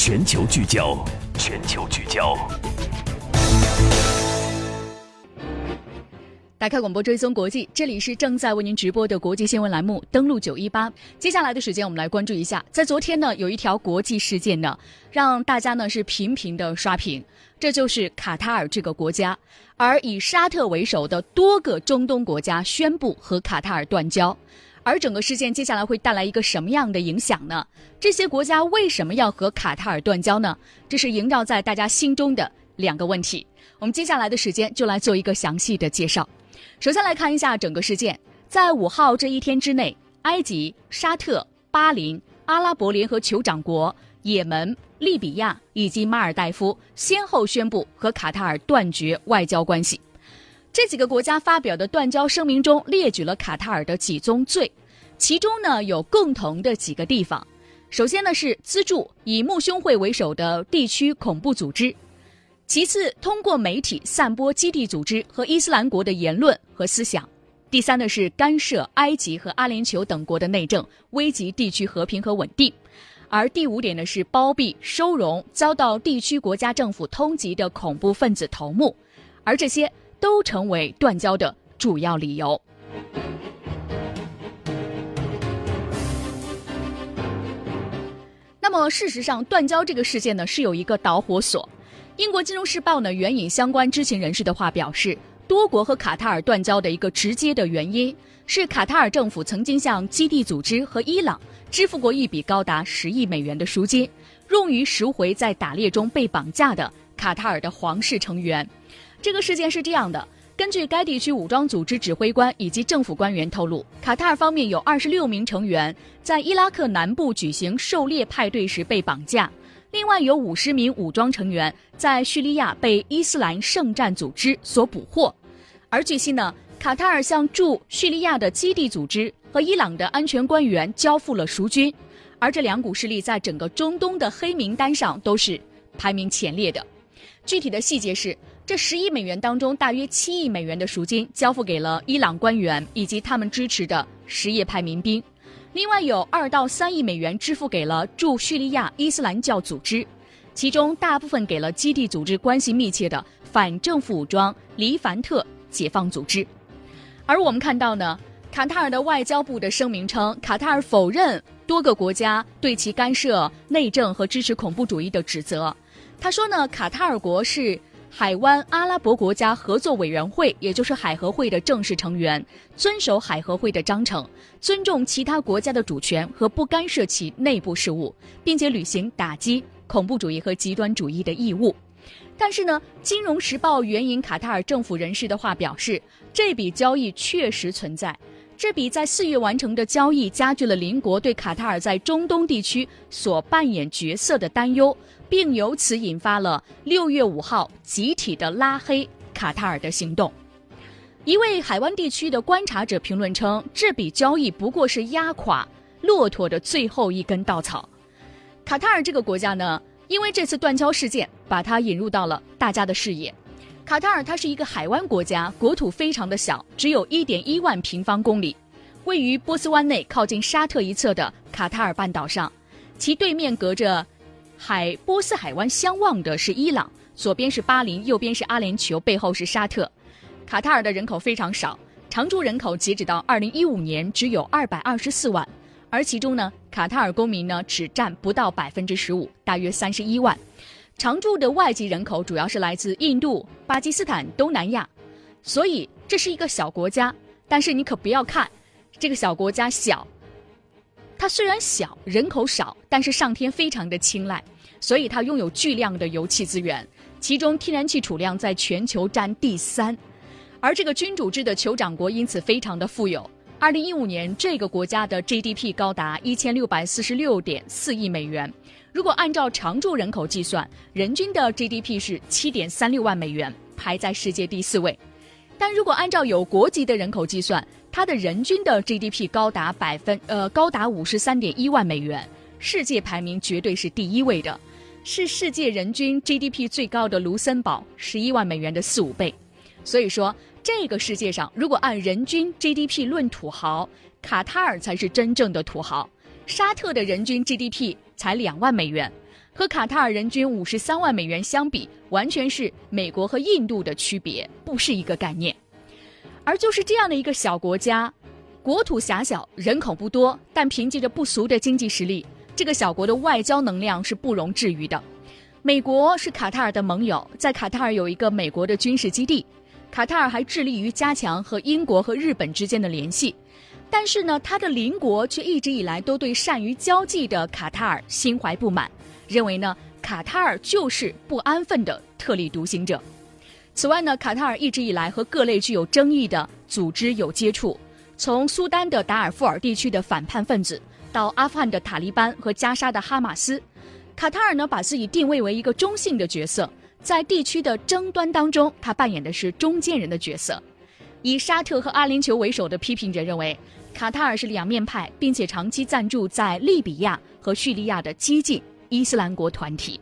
全球聚焦，全球聚焦。 打开广播追踪国际，这里是正在为您直播的国际新闻栏目，登录918。接下来的时间，我们来关注一下，在昨天呢，有一条国际事件呢，让大家呢是频频的刷屏，这就是卡塔尔这个国家，而以沙特为首的多个中东国家宣布和卡塔尔断交。而整个事件接下来会带来一个什么样的影响呢？这些国家为什么要和卡塔尔断交呢？这是萦绕在大家心中的两个问题。我们接下来的时间就来做一个详细的介绍。首先来看一下整个事件，在5号这一天之内，埃及、沙特、巴林、阿拉伯联合酋长国、也门、利比亚以及马尔代夫先后宣布和卡塔尔断绝外交关系。这几个国家发表的断交声明中列举了卡塔尔的几宗罪，其中呢有共同的几个地方。首先呢是资助以穆兄会为首的地区恐怖组织，其次通过媒体散播基地组织和伊斯兰国的言论和思想，第三呢是干涉埃及和阿联酋等国的内政，危及地区和平和稳定。而第5点呢是包庇收容遭到地区国家政府通缉的恐怖分子头目，而这些都成为断交的主要理由。那么事实上，断交这个事件呢是有一个导火索。英国金融时报呢援引相关知情人士的话表示，多国和卡塔尔断交的一个直接的原因是卡塔尔政府曾经向基地组织和伊朗支付过一笔高达10亿美元的赎金，用于赎回在打猎中被绑架的卡塔尔的皇室成员。这个事件是这样的，根据该地区武装组织指挥官以及政府官员透露，卡塔尔方面有26名成员在伊拉克南部举行狩猎派对时被绑架，另外有50名武装成员在叙利亚被伊斯兰圣战组织所捕获。而据悉呢，卡塔尔向驻叙利亚的基地组织和伊朗的安全官员交付了赎金，而这两股势力在整个中东的黑名单上都是排名前列的。具体的细节是，这10亿美元当中，大约7亿美元的赎金交付给了伊朗官员以及他们支持的什叶派民兵，另外有2到3亿美元支付给了驻叙利亚伊斯兰教组织，其中大部分给了基地组织关系密切的反政府武装黎凡特解放组织。而我们看到呢，卡塔尔的外交部的声明称，卡塔尔否认多个国家对其干涉内政和支持恐怖主义的指责。他说呢，卡塔尔国是海湾阿拉伯国家合作委员会，也就是海合会的正式成员，遵守海合会的章程，尊重其他国家的主权和不干涉其内部事务，并且履行打击恐怖主义和极端主义的义务。但是呢，《金融时报》援引卡塔尔政府人士的话表示，这笔交易确实存在，这笔在4月完成的交易加剧了邻国对卡塔尔在中东地区所扮演角色的担忧，并由此引发了6月5号集体的拉黑卡塔尔的行动。一位海湾地区的观察者评论称，这笔交易不过是压垮骆驼的最后一根稻草。卡塔尔这个国家呢，因为这次断交事件把它引入到了大家的视野。卡塔尔它是一个海湾国家，国土非常的小，只有1.1万平方公里，位于波斯湾内靠近沙特一侧的卡塔尔半岛上，其对面隔着波斯海湾相望的是伊朗，左边是巴林，右边是阿联酋，背后是沙特。卡塔尔的人口非常少，常住人口截止到2015年只有224万，而其中呢，卡塔尔公民呢只占不到15%，大约31万。常住的外籍人口主要是来自印度、巴基斯坦、东南亚，所以这是一个小国家。但是你可不要看这个小国家小，它虽然小，人口少，但是上天非常的青睐，所以它拥有巨量的油气资源，其中天然气储量在全球占第3。而这个君主制的酋长国因此非常的富有。2015年，这个国家的 GDP 高达1646.4亿美元。如果按照常住人口计算，人均的 GDP 是7.36万美元，排在世界第4位。但如果按照有国籍的人口计算，它的人均的 GDP 高达53.1万美元，世界排名绝对是第1位的，是世界人均 GDP 最高的卢森堡11万美元的4-5倍。所以说，这个世界上如果按人均 GDP 论土豪，卡塔尔才是真正的土豪。沙特的人均 GDP 才2万美元， 和卡塔尔人均53万美元相比，完全是美国和印度的区别，不是一个概念。而就是这样的一个小国家，国土狭小，人口不多，但凭借着不俗的经济实力，这个小国的外交能量是不容置疑的。美国是卡塔尔的盟友，在卡塔尔有一个美国的军事基地，卡塔尔还致力于加强和英国和日本之间的联系。但是呢，他的邻国却一直以来都对善于交际的卡塔尔心怀不满，认为呢，卡塔尔就是不安分的特立独行者。此外呢，卡塔尔一直以来和各类具有争议的组织有接触，从苏丹的达尔富尔地区的反叛分子，到阿富汗的塔利班和加沙的哈马斯，卡塔尔呢把自己定位为一个中性的角色，在地区的争端当中，他扮演的是中间人的角色。以沙特和阿联酋为首的批评者认为，卡塔尔是两面派，并且长期赞助在利比亚和叙利亚的激进伊斯兰国团体。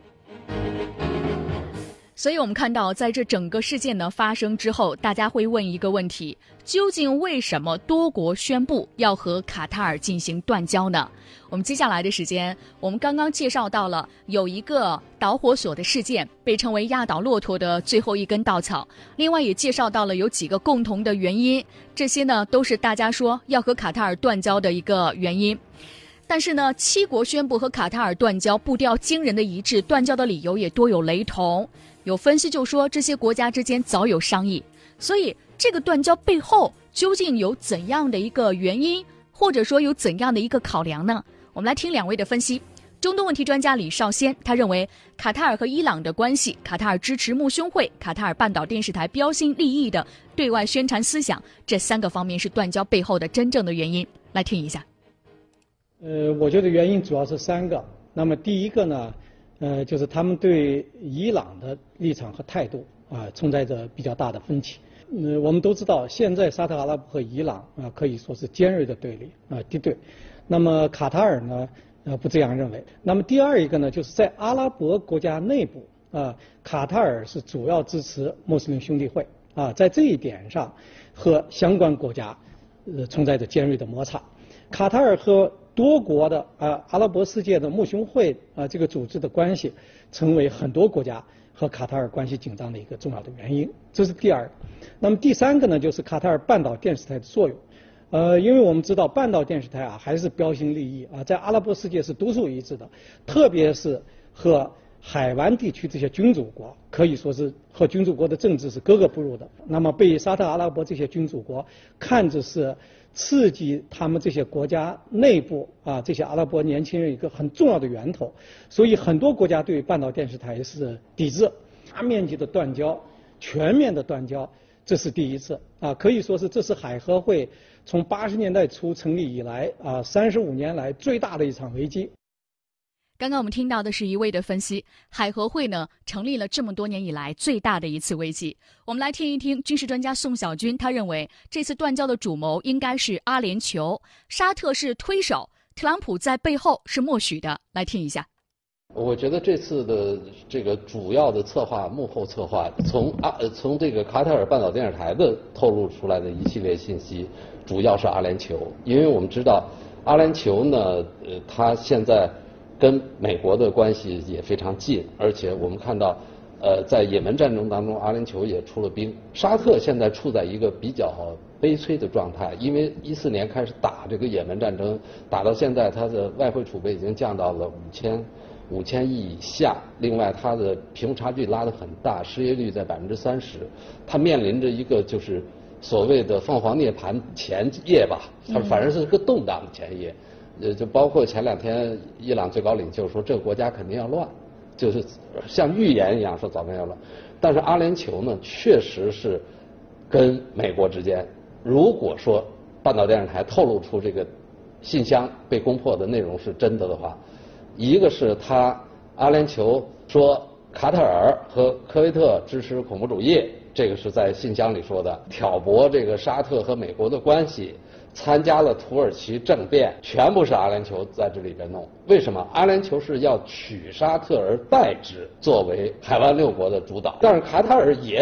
所以我们看到，在这整个事件呢发生之后，大家会问一个问题：究竟为什么多国宣布要和卡塔尔进行断交呢？我们接下来的时间，我们刚刚介绍到了有一个导火索的事件，被称为压倒骆驼的最后一根稻草。另外也介绍到了有几个共同的原因，这些呢都是大家说要和卡塔尔断交的一个原因。但是呢，7国宣布和卡塔尔断交，步调惊人的一致，断交的理由也多有雷同。有分析就说，这些国家之间早有商议，所以这个断交背后究竟有怎样的一个原因，或者说有怎样的一个考量呢？我们来听两位的分析。中东问题专家李少先，他认为卡塔尔和伊朗的关系，卡塔尔支持穆兄会，卡塔尔半岛电视台标新立异的对外宣传思想，这3个方面是断交背后的真正的原因。来听一下。 我觉得原因主要是3个。那么第一个呢，就是他们对伊朗的立场和态度存在着比较大的分歧。我们都知道，现在沙特阿拉伯和伊朗可以说是尖锐的对立敌对。那么卡塔尔呢不这样认为。那么第二一个呢，就是在阿拉伯国家内部卡塔尔是主要支持穆斯林兄弟会在这一点上和相关国家存在着尖锐的摩擦。卡塔尔和多国的阿拉伯世界的穆兄会这个组织的关系，成为很多国家和卡塔尔关系紧张的一个重要的原因。这是第二。那么第3个呢，就是卡塔尔半岛电视台的作用。因为我们知道半岛电视台还是标新立异在阿拉伯世界是独树一帜的，特别是和海湾地区这些君主国，可以说是和君主国的政治是格格不入的。那么被沙特阿拉伯这些君主国看着是刺激他们这些国家内部这些阿拉伯年轻人一个很重要的源头，所以很多国家对半岛电视台是抵制，大面积的断交，全面的断交，这是第一次可以说是这是海合会从80年代初成立以来35年来最大的一场危机。 刚刚我们听到的是一位的分析，海合会呢成立了这么多年以来最大的一次危机。我们来听一听军事专家宋小军，他认为这次断交的主谋应该是阿联酋，沙特是推手，特朗普在背后是默许的。来听一下。 我觉得这次的这个主要的策划，幕后策划，从这个卡塔尔半岛电视台的透露出来的一系列信息，主要是阿联酋，因为我们知道阿联酋呢，它现在跟美国的关系也非常近，而且我们看到，在也门战争当中，阿联酋也出了兵。沙特现在处在一个比较悲催的状态，因为14年开始打这个也门战争，打到现在，它的外汇储备已经降到了5000亿以下，另外它的贫富差距拉得很大，失业率在30%，它面临着一个就是所谓的凤凰涅槃前夜吧，它反正是个动荡的前夜，就包括前2天伊朗最高领袖说这个国家肯定要乱，就是像预言一样说早晚要乱，但是阿联酋呢确实是跟美国之间，如果说半岛电视台透露出这个信箱被攻破的内容是真的话，一个是阿联酋说卡塔尔和科威特支持恐怖主义，这个是在信箱里说的，挑拨这个沙特和美国的关系，参加了土耳其政变，全部是阿联酋在这里边弄。为什么？阿联酋是要取沙特而代之，作为海湾6国的主导，但是卡塔尔也想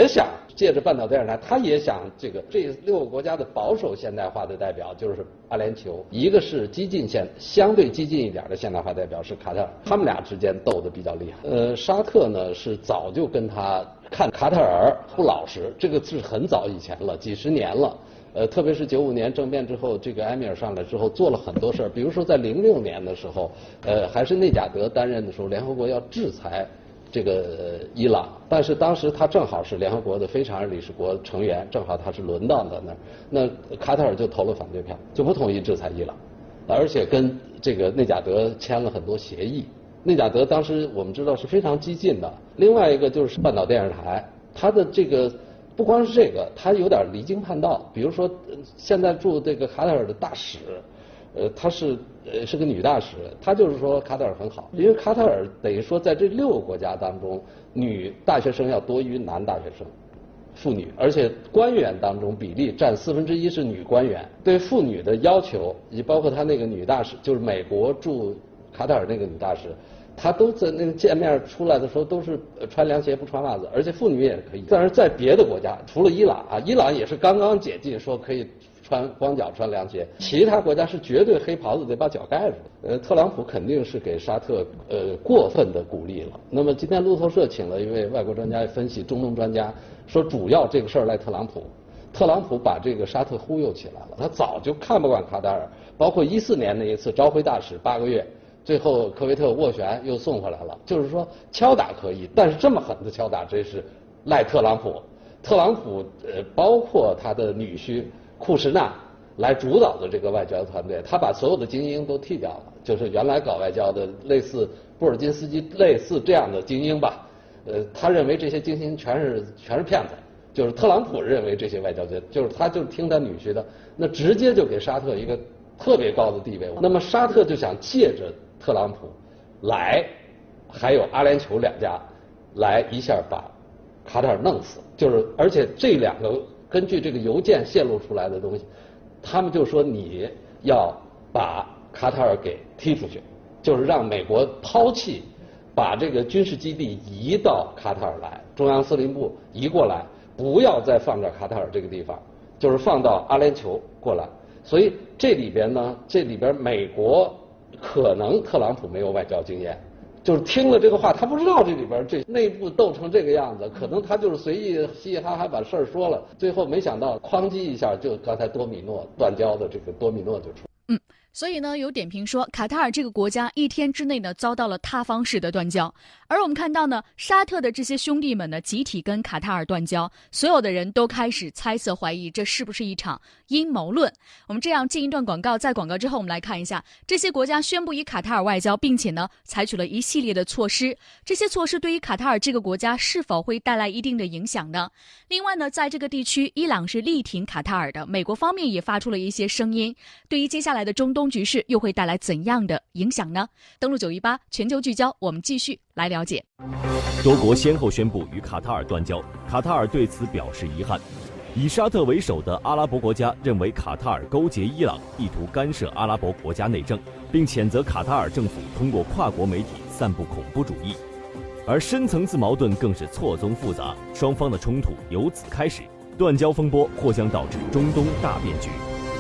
借着半岛电视台，他也想这6个国家的保守现代化的代表就是阿联酋，一个是相对激进一点的现代化代表是卡塔尔，他们俩之间斗得比较厉害。沙特呢是早就跟他看卡塔尔不老实，这个是很早以前了，几十年了。特别是95年政变之后，这个埃米尔上来之后做了很多事儿，比如说在06年的时候，还是内贾德担任的时候，联合国要制裁这个伊朗，但是当时他正好是联合国的非常任理事国成员，正好他是轮到的那卡塔尔就投了反对票，就不同意制裁伊朗，而且跟这个内贾德签了很多协议。内贾德当时我们知道是非常激进的。另外一个就是半岛电视台，它的这个不光是这个，它有点离经叛道。比如说，现在驻这个卡塔尔的大使，她是个女大使，她就是说卡塔尔很好，因为卡塔尔等于说在这6个国家当中，女大学生要多于男大学生，妇女，而且官员当中比例占1/4是女官员，对妇女的要求，也包括她那个女大使，就是美国驻卡塔尔那个女大使。她都在那个见面出来的时候都是穿凉鞋不穿袜子，而且妇女也可以。但是在别的国家，除了伊朗啊，伊朗也是刚刚解禁说可以光脚穿凉鞋，其他国家是绝对黑袍子得把脚盖住。特朗普肯定是给沙特过分的鼓励了。那么今天路透社请了一位外国专家分析，中东专家说主要这个事儿赖特朗普。特朗普把这个沙特忽悠起来了，他早就看不惯卡塔尔，包括14年那一次召回大使8个月。最后科威特斡旋又送回来了，就是说敲打可以，但是这么狠的敲打，这是赖特朗普。特朗普包括他的女婿库什纳来主导的这个外交团队，他把所有的精英都替掉了，就是原来搞外交的类似布尔津斯基类似这样的精英吧。他认为这些精英全是骗子，就是特朗普认为这些外交家就是他就听他女婿的，那直接就给沙特一个特别高的地位。那么沙特就想借着特朗普来，还有阿联酋2家来一下把卡塔尔弄死，就是而且这2个根据这个邮件泄露出来的东西，他们就说你要把卡塔尔给踢出去，就是让美国抛弃，把这个军事基地移到卡塔尔来，中央司令部移过来，不要再放在卡塔尔这个地方，就是放到阿联酋过来。所以这里边美国可能特朗普没有外交经验，就是听了这个话，他不知道这里边这内部斗成这个样子，可能他就是随意嘻嘻哈哈把事儿说了，最后没想到哐叽一下，就刚才多米诺断交的这个多米诺就出。 所以呢，有点评说卡塔尔这个国家1天之内呢遭到了塌方式的断交，而我们看到呢，沙特的这些兄弟们呢集体跟卡塔尔断交，所有的人都开始猜测怀疑这是不是一场阴谋论。我们这样进一段广告，在广告之后我们来看一下这些国家宣布与卡塔尔外交，并且呢采取了一系列的措施，这些措施对于卡塔尔这个国家是否会带来一定的影响呢？另外呢，在这个地区伊朗是力挺卡塔尔的，美国方面也发出了一些声音，对于接下来的中东局势又会带来怎样的影响呢？登录918全球聚焦，我们继续来了解。 多国先后宣布与卡塔尔断交，卡塔尔对此表示遗憾。以沙特为首的阿拉伯国家认为卡塔尔勾结伊朗，意图干涉阿拉伯国家内政，并谴责卡塔尔政府通过跨国媒体散布恐怖主义。而深层次矛盾更是错综复杂，双方的冲突由此开始，断交风波或将导致中东大变局。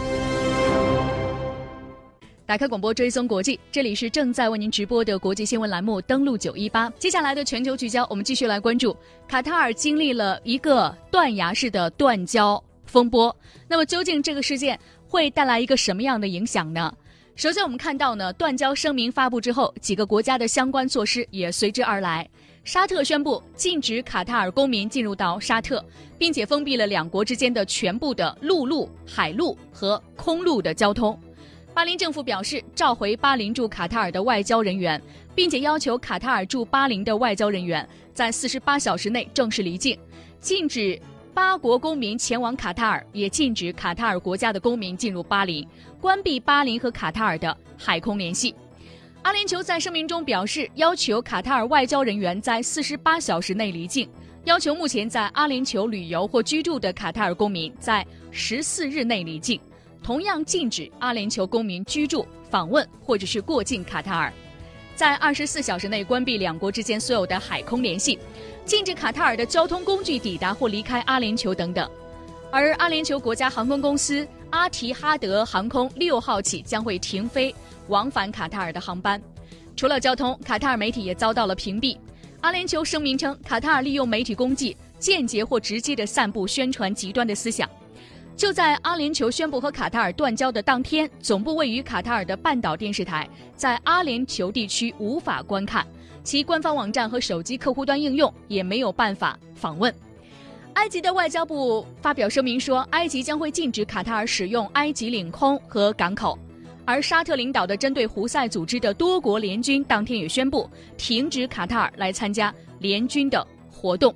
打开广播追踪国际，这里是正在为您直播的国际新闻栏目，登录918。接下来的全球聚焦，我们继续来关注卡塔尔经历了一个断崖式的断交风波，那么究竟这个事件会带来一个什么样的影响呢？首先我们看到呢，断交声明发布之后，几个国家的相关措施也随之而来。沙特宣布禁止卡塔尔公民进入到沙特，并且封闭了2国之间的全部的陆路、海路和空路的交通。巴林政府表示召回巴林驻卡塔尔的外交人员，并且要求卡塔尔驻巴林的外交人员在48小时内正式离境，禁止8国公民前往卡塔尔，也禁止卡塔尔国家的公民进入巴林，关闭巴林和卡塔尔的海空联系。阿联酋在声明中表示，要求卡塔尔外交人员在48小时内离境，要求目前在阿联酋旅游或居住的卡塔尔公民在14日内离境，同样禁止阿联酋公民居住、访问或者是过境卡塔尔。 在24小时内关闭两国之间所有的海空联系，禁止卡塔尔的交通工具抵达或离开阿联酋等等。而阿联酋国家航空公司阿提哈德航空6号起将会停飞往返卡塔尔的航班。除了交通，卡塔尔媒体也遭到了屏蔽。阿联酋声明称，卡塔尔利用媒体功绩，间接或直接地散布宣传极端的思想。就在阿联酋宣布和卡塔尔断交的当天，总部位于卡塔尔的半岛电视台在阿联酋地区无法观看，其官方网站和手机客户端应用也没有办法访问。埃及的外交部发表声明说，埃及将会禁止卡塔尔使用埃及领空和港口。而沙特领导的针对胡塞组织的多国联军当天也宣布停止卡塔尔来参加联军的活动。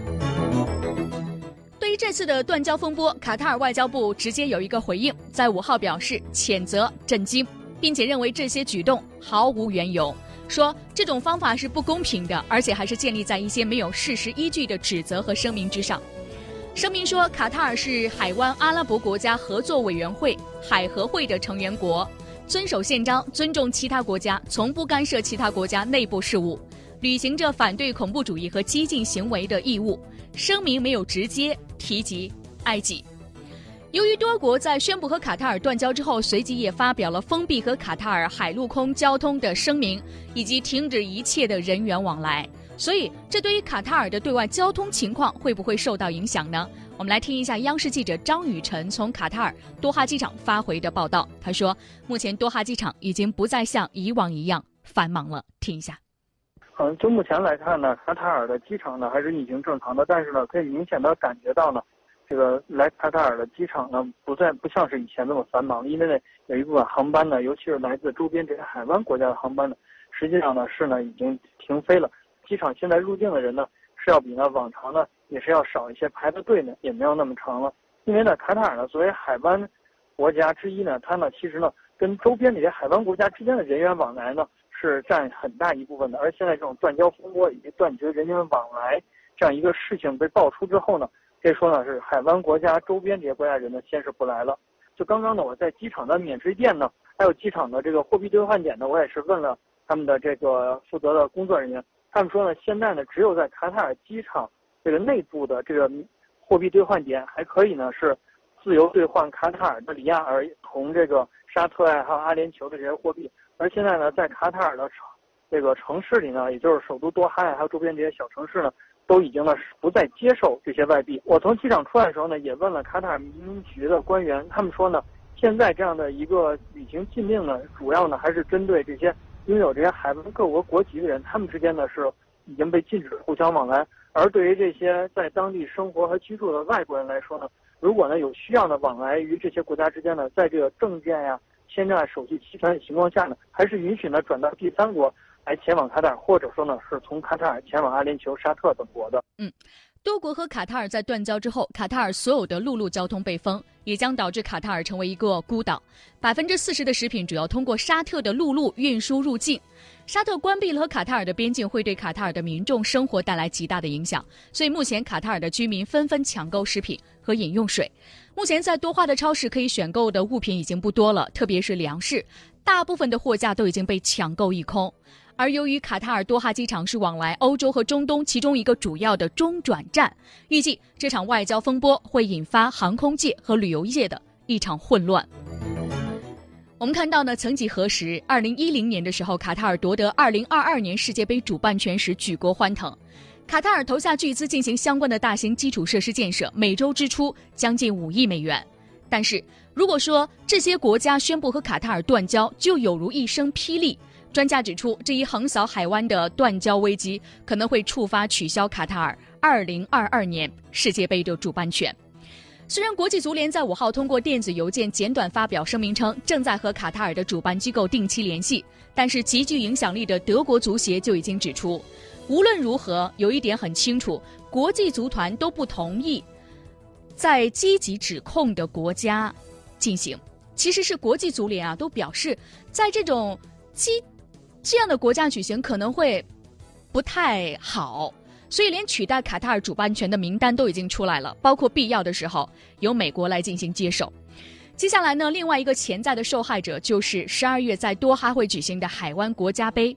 对于这次的断交风波，卡塔尔外交部直接有一个回应，在5号表示谴责、震惊，并且认为这些举动毫无缘由，说这种方法是不公平的，而且还是建立在一些没有事实依据的指责和声明之上。声明说，卡塔尔是海湾阿拉伯国家合作委员会海合会的成员国，遵守宪章，尊重其他国家，从不干涉其他国家内部事务，履行着反对恐怖主义和激进行为的义务。声明没有直接提及埃及。由于多国在宣布和卡塔尔断交之后，随即也发表了封闭和卡塔尔海陆空交通的声明，以及停止一切的人员往来，所以这对于卡塔尔的对外交通情况会不会受到影响呢？我们来听一下央视记者张雨晨从卡塔尔多哈机场发回的报道。他说，目前多哈机场已经不再像以往一样繁忙了。听一下。 就目前来看呢，卡塔尔的机场呢还是运行正常的，但是呢，可以明显的感觉到呢，这个来卡塔尔的机场呢不像是以前那么繁忙，因为呢有一部分航班呢，尤其是来自周边这些海湾国家的航班呢，实际上呢已经停飞了。机场现在入境的人呢是要比呢往常呢也是要少一些，排的队呢也没有那么长了。因为呢卡塔尔呢作为海湾国家之一呢，它呢其实呢跟周边这些海湾国家之间的人员往来呢是占很大一部分的。而现在这种断交风波以及断绝人员往来这样一个事情被爆出之后呢，可以说呢是海湾国家周边这些国家人呢先是不来了。就刚刚呢我在机场的免税店呢，还有机场的这个货币兑换点呢，我也是问了他们的这个负责的工作人员，他们说呢现在呢只有在卡塔尔机场这个内部的这个货币兑换点还可以呢是自由兑换卡塔尔的里亚尔同这个沙特还有阿联酋的这些货币。而现在呢在卡塔尔的这个城市里呢，也就是首都多哈还有周边这些小城市呢，都已经呢不再接受这些外币。我从机场出来的时候呢，也问了卡塔尔移民局的官员，他们说呢现在这样的一个旅行禁令呢，主要呢还是针对这些拥有这些海湾各国国籍的人，他们之间呢是已经被禁止互相往来。而对于这些在当地生活和居住的外国人来说呢，如果呢有需要呢往来于这些国家之间呢，在这个证件呀、签证手续齐全的情况下呢，还是允许呢转到第三国来前往卡塔尔，或者说呢是从卡塔尔前往阿联酋、沙特等国的。 多国和卡塔尔在断交之后，卡塔尔所有的陆路交通被封，也将导致卡塔尔成为一个孤岛。40%的食品主要通过沙特的陆路运输入境。沙特关闭了和卡塔尔的边境，会对卡塔尔的民众生活带来极大的影响。所以目前卡塔尔的居民纷纷抢购食品和饮用水。目前在多哈的超市可以选购的物品已经不多了，特别是粮食，大部分的货架都已经被抢购一空。而由于卡塔尔多哈机场是往来欧洲和中东其中一个主要的中转站，预计这场外交风波会引发航空界和旅游业的一场混乱。我们看到呢，曾几何时，2010年的时候，卡塔尔夺得2022年世界杯主办权时举国欢腾。卡塔尔投下巨资进行相关的大型基础设施建设，每周支出将近5亿美元。但是如果说这些国家宣布和卡塔尔断交，就有如一声霹雳。专家指出，这一横扫海湾的断交危机可能会触发取消卡塔尔2022年世界杯的主办权。虽然国际足联在5号通过电子邮件简短发表声明称，正在和卡塔尔的主办机构定期联系，但是极具影响力的德国足协就已经指出，无论如何，有一点很清楚，国际足团都不同意在积极指控的国家进行。其实是国际足联都表示，在这样的国家举行可能会不太好，所以连取代卡塔尔主办权的名单都已经出来了，包括必要的时候由美国来进行接手。接下来呢，另外一个潜在的受害者就是12月在多哈会举行的海湾国家杯。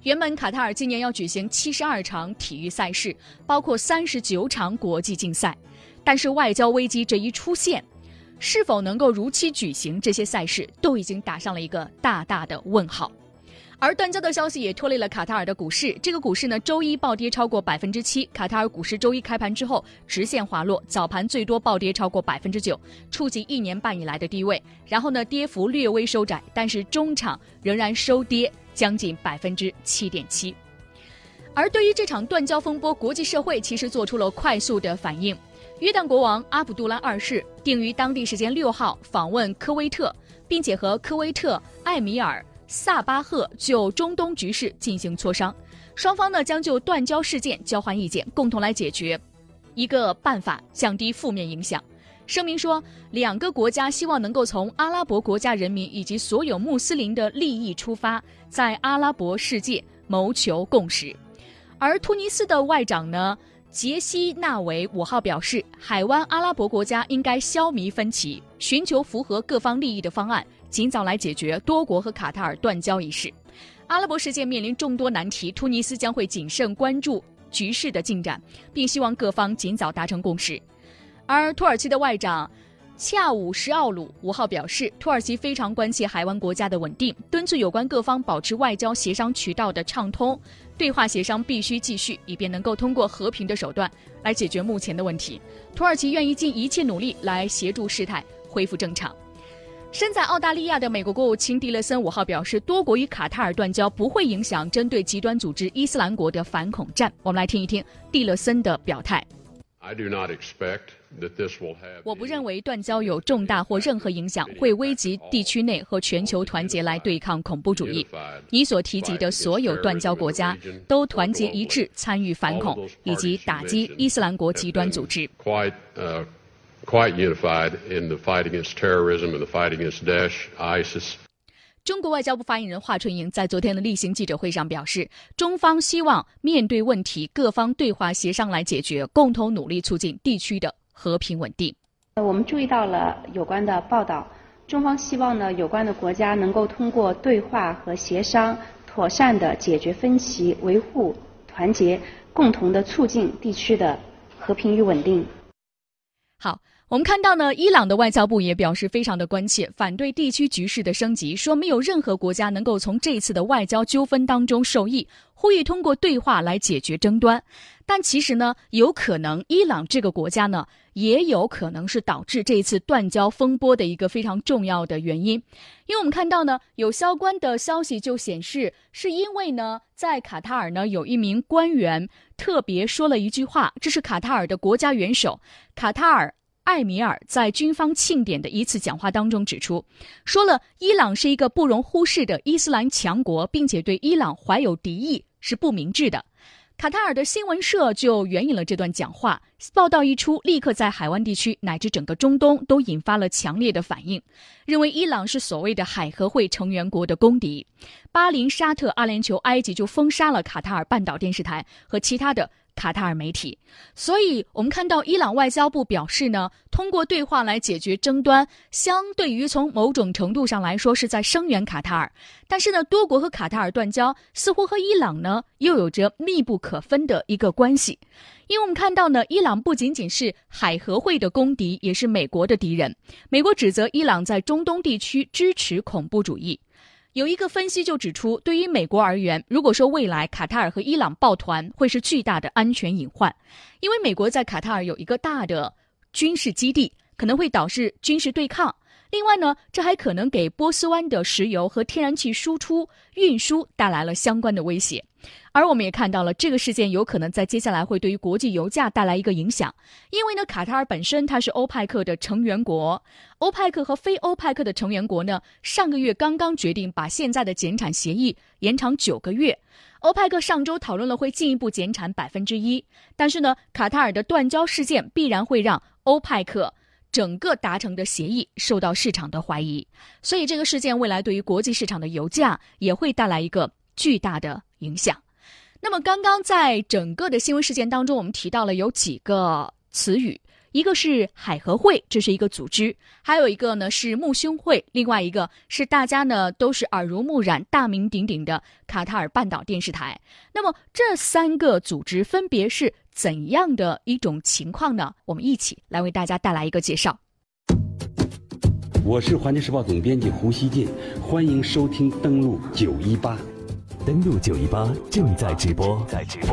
原本卡塔尔今年要举行72场体育赛事，包括39场国际竞赛，但是外交危机这一出现，是否能够如期举行这些赛事，都已经打上了一个大大的问号。而断交的消息也拖累了卡塔尔的股市，这个股市呢，周一暴跌超过 7%， 卡塔尔股市周一开盘之后直线滑落，早盘最多暴跌超过 9%， 触及1年半以来的低位，然后呢，跌幅略微收窄，但是中场仍然收跌将近 7.7%。 而对于这场断交风波，国际社会其实做出了快速的反应。约旦国王阿卜杜拉二世定于当地时间6号访问科威特，并且和科威特艾米尔萨巴赫就中东局势进行磋商，双方呢将就断交事件交换意见，共同来解决一个办法，降低负面影响。声明说，两个国家希望能够从阿拉伯国家人民以及所有穆斯林的利益出发，在阿拉伯世界谋求共识。而突尼斯的外长呢，杰西纳维5号表示，海湾阿拉伯国家应该消弭分歧，寻求符合各方利益的方案，尽早来解决多国和卡塔尔断交一事。阿拉伯世界面临众多难题，突尼斯将会谨慎关注局势的进展，并希望各方尽早达成共识。而土耳其的外长恰武什奥鲁5号表示，土耳其非常关切海湾国家的稳定，敦促有关各方保持外交协商渠道的畅通，对话协商必须继续，以便能够通过和平的手段来解决目前的问题。土耳其愿意尽一切努力来协助事态恢复正常。身在澳大利亚的美国国务卿蒂勒森5号表示，多国与卡塔尔断交不会影响针对极端组织伊斯兰国的反恐战。我们来听一听蒂勒森的表态。我不认为断交有重大或任何影响，会危及地区内和全球团结来对抗恐怖主义。你所提及的所有断交国家都团结一致参与反恐以及打击伊斯兰国极端组织。 Quite unified in the fight against terrorism and the fight against Daesh, ISIS. 中国外交部发言人华春莹在昨天的例行记者会上表示，中方希望面对问题，各方对话协商来解决，共同努力促进地区的和平稳定。 我们注意到了有关的报道，中方希望呢有关的国家能够通过对话和协商，妥善地解决分歧，维护团结，共同地促进地区的和平与稳定。 好，我们看到呢，伊朗的外交部也表示非常的关切，反对地区局势的升级，说没有任何国家能够从这次的外交纠纷当中受益，呼吁通过对话来解决争端。但其实呢，有可能伊朗这个国家呢，也有可能是导致这一次断交风波的一个非常重要的原因。因为我们看到呢，有相关的消息就显示，是因为呢，在卡塔尔呢，有一名官员特别说了一句话，这是卡塔尔的国家元首卡塔尔艾米尔在军方庆典的一次讲话当中指出，说了伊朗是一个不容忽视的伊斯兰强国，并且对伊朗怀有敌意是不明智的。卡塔尔的新闻社就援引了这段讲话，报道一出，立刻在海湾地区乃至整个中东都引发了强烈的反应，认为伊朗是所谓的海合会成员国的公敌。巴林、沙特、阿联酋、埃及就封杀了卡塔尔半岛电视台和其他的卡塔尔媒体。所以我们看到伊朗外交部表示呢，通过对话来解决争端，相对于从某种程度上来说是在声援卡塔尔，但是呢，多国和卡塔尔断交似乎和伊朗呢又有着密不可分的一个关系。因为我们看到呢，伊朗不仅仅是海合会的公敌，也是美国的敌人。美国指责伊朗在中东地区支持恐怖主义。有一个分析就指出，对于美国而言，如果说未来卡塔尔和伊朗抱团，会是巨大的安全隐患。因为美国在卡塔尔有一个大的军事基地，可能会导致军事对抗。另外呢，这还可能给波斯湾的石油和天然气输出、运输带来了相关的威胁。而我们也看到了这个事件有可能在接下来会对于国际油价带来一个影响。因为呢，卡塔尔本身它是欧派克的成员国，欧派克和非欧派克的成员国呢，上个月刚刚决定把现在的减产协议延长9个月。欧派克上周讨论了会进一步减产 1%， 但是呢，卡塔尔的断交事件必然会让欧派克整个达成的协议受到市场的怀疑，所以这个事件未来对于国际市场的油价也会带来一个巨大的影响。那么刚刚在整个的新闻事件当中，我们提到了有几个词语， 一个是海合会，这是一个组织，还有一个呢是穆兄会，另外一个是大家呢都是耳濡目染、大名鼎鼎的卡塔尔半岛电视台。那么这3个组织分别是怎样的一种情况呢？我们一起来为大家带来一个介绍。 我是环球时报总编辑胡锡进，欢迎收听登录918。 登录918正在直播。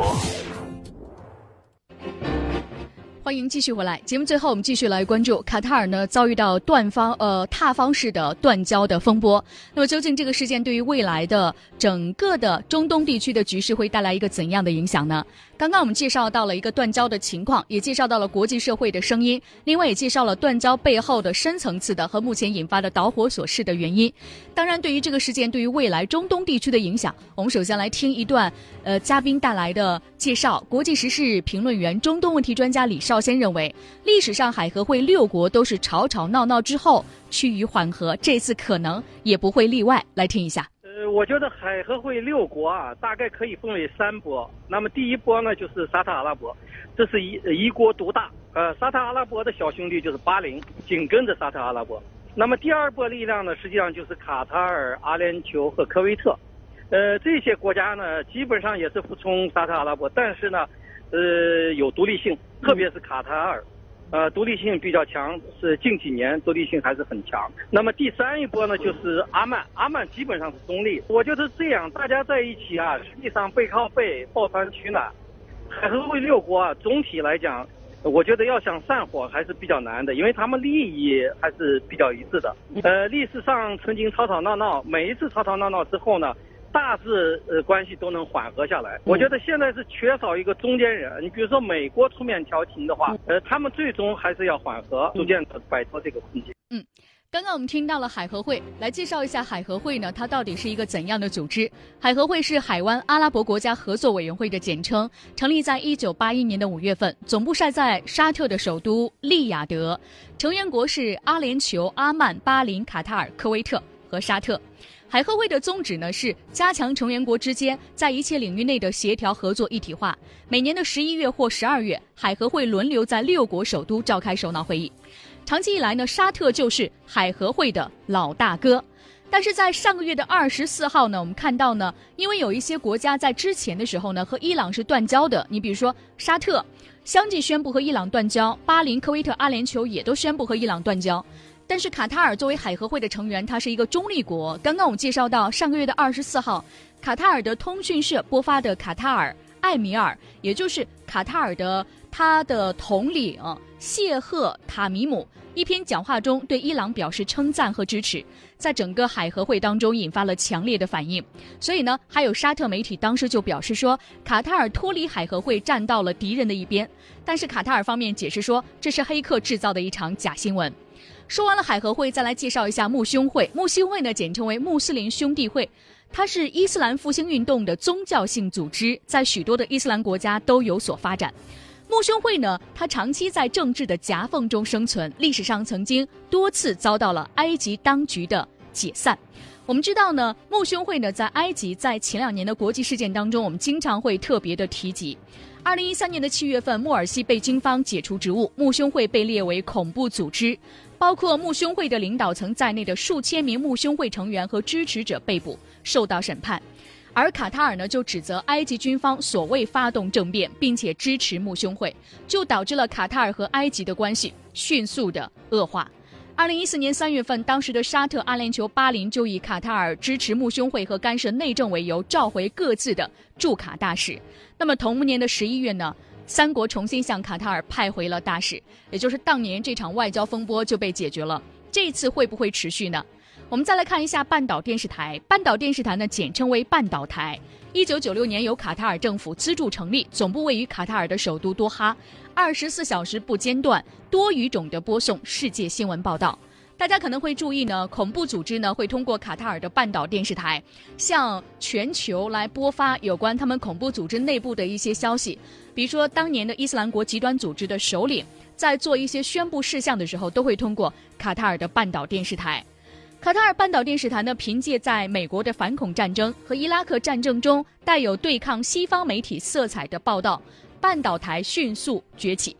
欢迎继续回来。节目最后我们继续来关注卡塔尔呢遭遇到塌方式的断交的风波。那么究竟这个事件对于未来的整个的中东地区的局势会带来一个怎样的影响呢？刚刚我们介绍到了一个断交的情况，也介绍到了国际社会的声音，另外也介绍了断交背后的深层次的和目前引发的导火索式的原因。当然对于这个事件对于未来中东地区的影响，我们首先来听一段嘉宾带来的介绍。国际时事评论员、中东问题专家李少先认为，历史上海合会6国都是吵吵闹闹之后趋于缓和，这次可能也不会例外。来听一下。 我觉得海合会6国啊，大概可以分为3波。那么第一波呢，就是沙特阿拉伯，这是一国独大。沙特阿拉伯的小兄弟就是巴林，紧跟着沙特阿拉伯。那么第2波力量呢，实际上就是卡塔尔、阿联酋和科威特。这些国家呢，基本上也是服从沙特阿拉伯，但是呢，有独立性，特别是卡塔尔。独立性比较强，是近几年独立性还是很强。那么第3一波呢，就是阿曼基本上是中立。我觉得这样大家在一起啊，实际上背靠背，抱团取暖。海合会6国啊，总体来讲，我觉得要想散伙还是比较难的，因为他们利益还是比较一致的。历史上曾经吵吵闹闹，每一次吵吵闹闹之后呢，大致关系都能缓和下来。我觉得现在是缺少一个中间人。你比如说美国出面调停的话，他们最终还是要缓和，逐渐的摆脱这个困境。 刚刚我们听到了海合会，来介绍一下海合会呢，它到底是一个怎样的组织？海合会是海湾阿拉伯国家合作委员会的简称，成立在1981年的5月份，总部设在沙特的首都利雅得，成员国是阿联酋、阿曼、巴林、卡塔尔、科威特和沙特。海合会的宗旨呢是加强成员国之间在一切领域内的协调合作一体化。每年的11月或12月，海合会轮流在6国首都召开首脑会议。长期以来呢，沙特就是海合会的老大哥。但是在上个月的24号呢，我们看到呢，因为有一些国家在之前的时候呢和伊朗是断交的，你比如说沙特相继宣布和伊朗断交，巴林、科威特、阿联酋也都宣布和伊朗断交。但是卡塔尔作为海合会的成员，它是一个中立国。刚刚我们介绍到上个月的24号，卡塔尔的通讯社播发的卡塔尔艾米尔，也就是卡塔尔的他的统领谢赫塔米姆一篇讲话中对伊朗表示称赞和支持，在整个海合会当中引发了强烈的反应。所以呢，还有沙特媒体当时就表示说，卡塔尔脱离海合会站到了敌人的一边。但是卡塔尔方面解释说，这是黑客制造的一场假新闻。说完了海合会，再来介绍一下穆兄会。穆兄会呢，简称为穆斯林兄弟会，它是伊斯兰复兴运动的宗教性组织，在许多的伊斯兰国家都有所发展。穆兄会呢，它长期在政治的夹缝中生存，历史上曾经多次遭到了埃及当局的解散。我们知道呢，穆兄会呢在埃及在前2年的国际事件当中，我们经常会特别的提及。2013年的7月份，穆尔西被军方解除职务，穆兄会被列为恐怖组织，包括穆兄会的领导层在内的数千名穆兄会成员和支持者被捕，受到审判。而卡塔尔呢，就指责埃及军方所谓发动政变，并且支持穆兄会，就导致了卡塔尔和埃及的关系迅速的恶化。2014年3月份，当时的沙特、阿联酋、巴林就以卡塔尔支持穆兄会和干涉内政为由，召回各自的驻卡大使。那么同年的11月呢，3国重新向卡塔尔派回了大使，也就是当年这场外交风波就被解决了。这一次会不会持续呢？我们再来看一下半岛电视台。半岛电视台呢，简称为半岛台。1996年由卡塔尔政府资助成立，总部位于卡塔尔的首都多哈，24小时不间断、多语种的播送世界新闻报道。大家可能会注意呢，恐怖组织呢会通过卡塔尔的半岛电视台，向全球来播发有关他们恐怖组织内部的一些消息。比如说，当年的伊斯兰国极端组织的首领在做一些宣布事项的时候，都会通过卡塔尔的半岛电视台。卡塔尔半岛电视台呢，凭借在美国的反恐战争和伊拉克战争中带有对抗西方媒体色彩的报道，半岛台迅速崛起。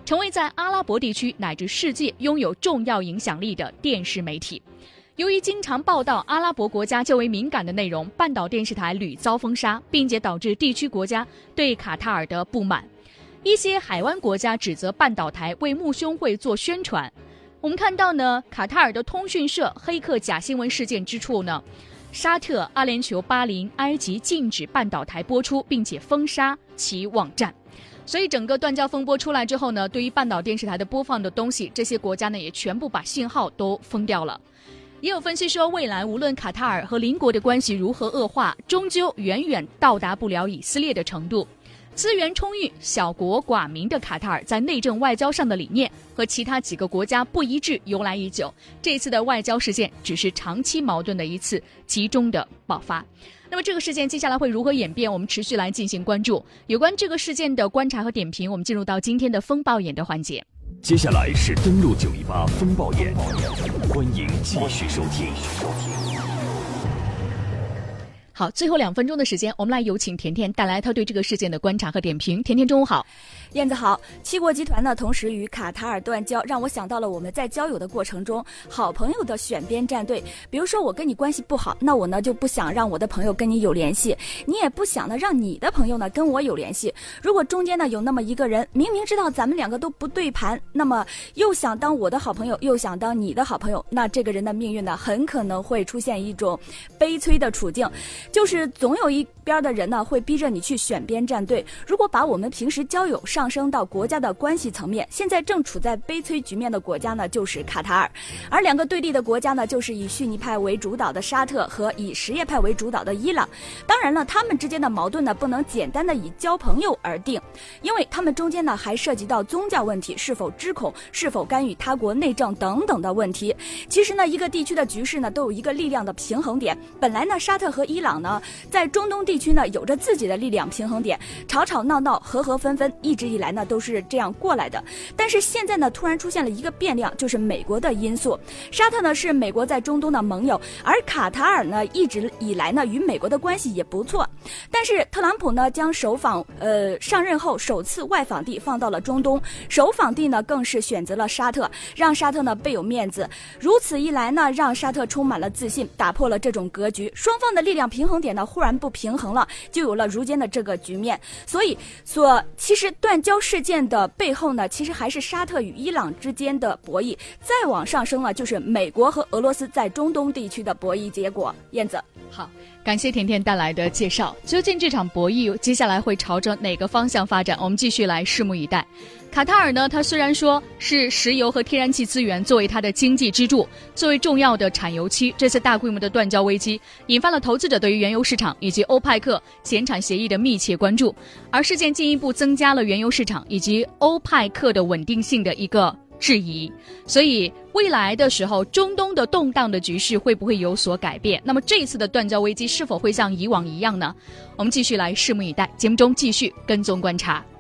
成为在阿拉伯地区乃至世界拥有重要影响力的电视媒体。由于经常报道阿拉伯国家较为敏感的内容，半岛电视台屡遭封杀，并且导致地区国家对卡塔尔的不满。一些海湾国家指责半岛台为穆兄会做宣传。我们看到呢，卡塔尔的通讯社黑客假新闻事件之处呢，沙特、阿联酋、巴林、埃及禁止半岛台播出，并且封杀其网站。所以整个断交风波出来之后呢，对于半岛电视台的播放的东西，这些国家呢也全部把信号都封掉了。也有分析说，未来无论卡塔尔和邻国的关系如何恶化，终究远远到达不了以色列的程度。资源充裕、小国寡民的卡塔尔在内政外交上的理念和其他几个国家不一致由来已久，这次的外交事件只是长期矛盾的一次集中的爆发。那么这个事件接下来会如何演变，我们持续来进行关注。有关这个事件的观察和点评，我们进入到今天的风暴眼的环节。 接下来是登陆918风暴眼，欢迎继续收听。 好，最后2分钟的时间，我们来有请甜甜带来她对这个事件的观察和点评。甜甜，中午好。 燕子好。七国集团呢，同时与卡塔尔断交，让我想到了我们在交友的过程中，好朋友的选边站队。比如说我跟你关系不好，那我呢就不想让我的朋友跟你有联系，你也不想呢让你的朋友呢跟我有联系。如果中间呢有那么一个人，明明知道咱们2个都不对盘，那么又想当我的好朋友，又想当你的好朋友，那这个人的命运呢，很可能会出现一种悲催的处境。就是总有一边的人呢会逼着你去选边站队。如果把我们平时交友上升到国家的关系层面，现在正处在悲催局面的国家呢就是卡塔尔，而2个对立的国家呢就是以逊尼派为主导的沙特和以什叶派为主导的伊朗。当然了，他们之间的矛盾呢不能简单的以交朋友而定，因为他们中间呢还涉及到宗教问题，是否知恐，是否干预他国内政等等的问题。其实呢，一个地区的局势呢都有一个力量的平衡点。本来呢，沙特和伊朗呢在中东地区呢有着自己的力量平衡点，吵吵闹闹，和和纷纷，一直以来呢都是这样过来的。但是现在呢突然出现了一个变量，就是美国的因素。沙特呢是美国在中东的盟友，而卡塔尔呢一直以来呢与美国的关系也不错。但是特朗普呢将上任后首次外访地放到了中东，首访地呢更是选择了沙特，让沙特呢倍有面子。如此一来呢，让沙特充满了自信，打破了这种格局，双方的力量平衡点呢忽然不平衡了，就有了如今的这个局面。所以其实断交事件的背后呢，其实还是沙特与伊朗之间的博弈，再往上升了就是美国和俄罗斯在中东地区的博弈结果。燕子好，感谢甜甜带来的介绍。究竟这场博弈接下来会朝着哪个方向发展，我们继续来拭目以待。卡塔尔呢，它虽然说是石油和天然气资源作为它的经济支柱，作为重要的产油区，这次大规模的断交危机引发了投资者对于原油市场以及欧派克减产协议的密切关注，而事件进一步增加了原油市场以及欧派克的稳定性的一个质疑。所以未来的时候，中东的动荡的局势会不会有所改变？那么这一次的断交危机是否会像以往一样呢？我们继续来拭目以待，节目中继续跟踪观察。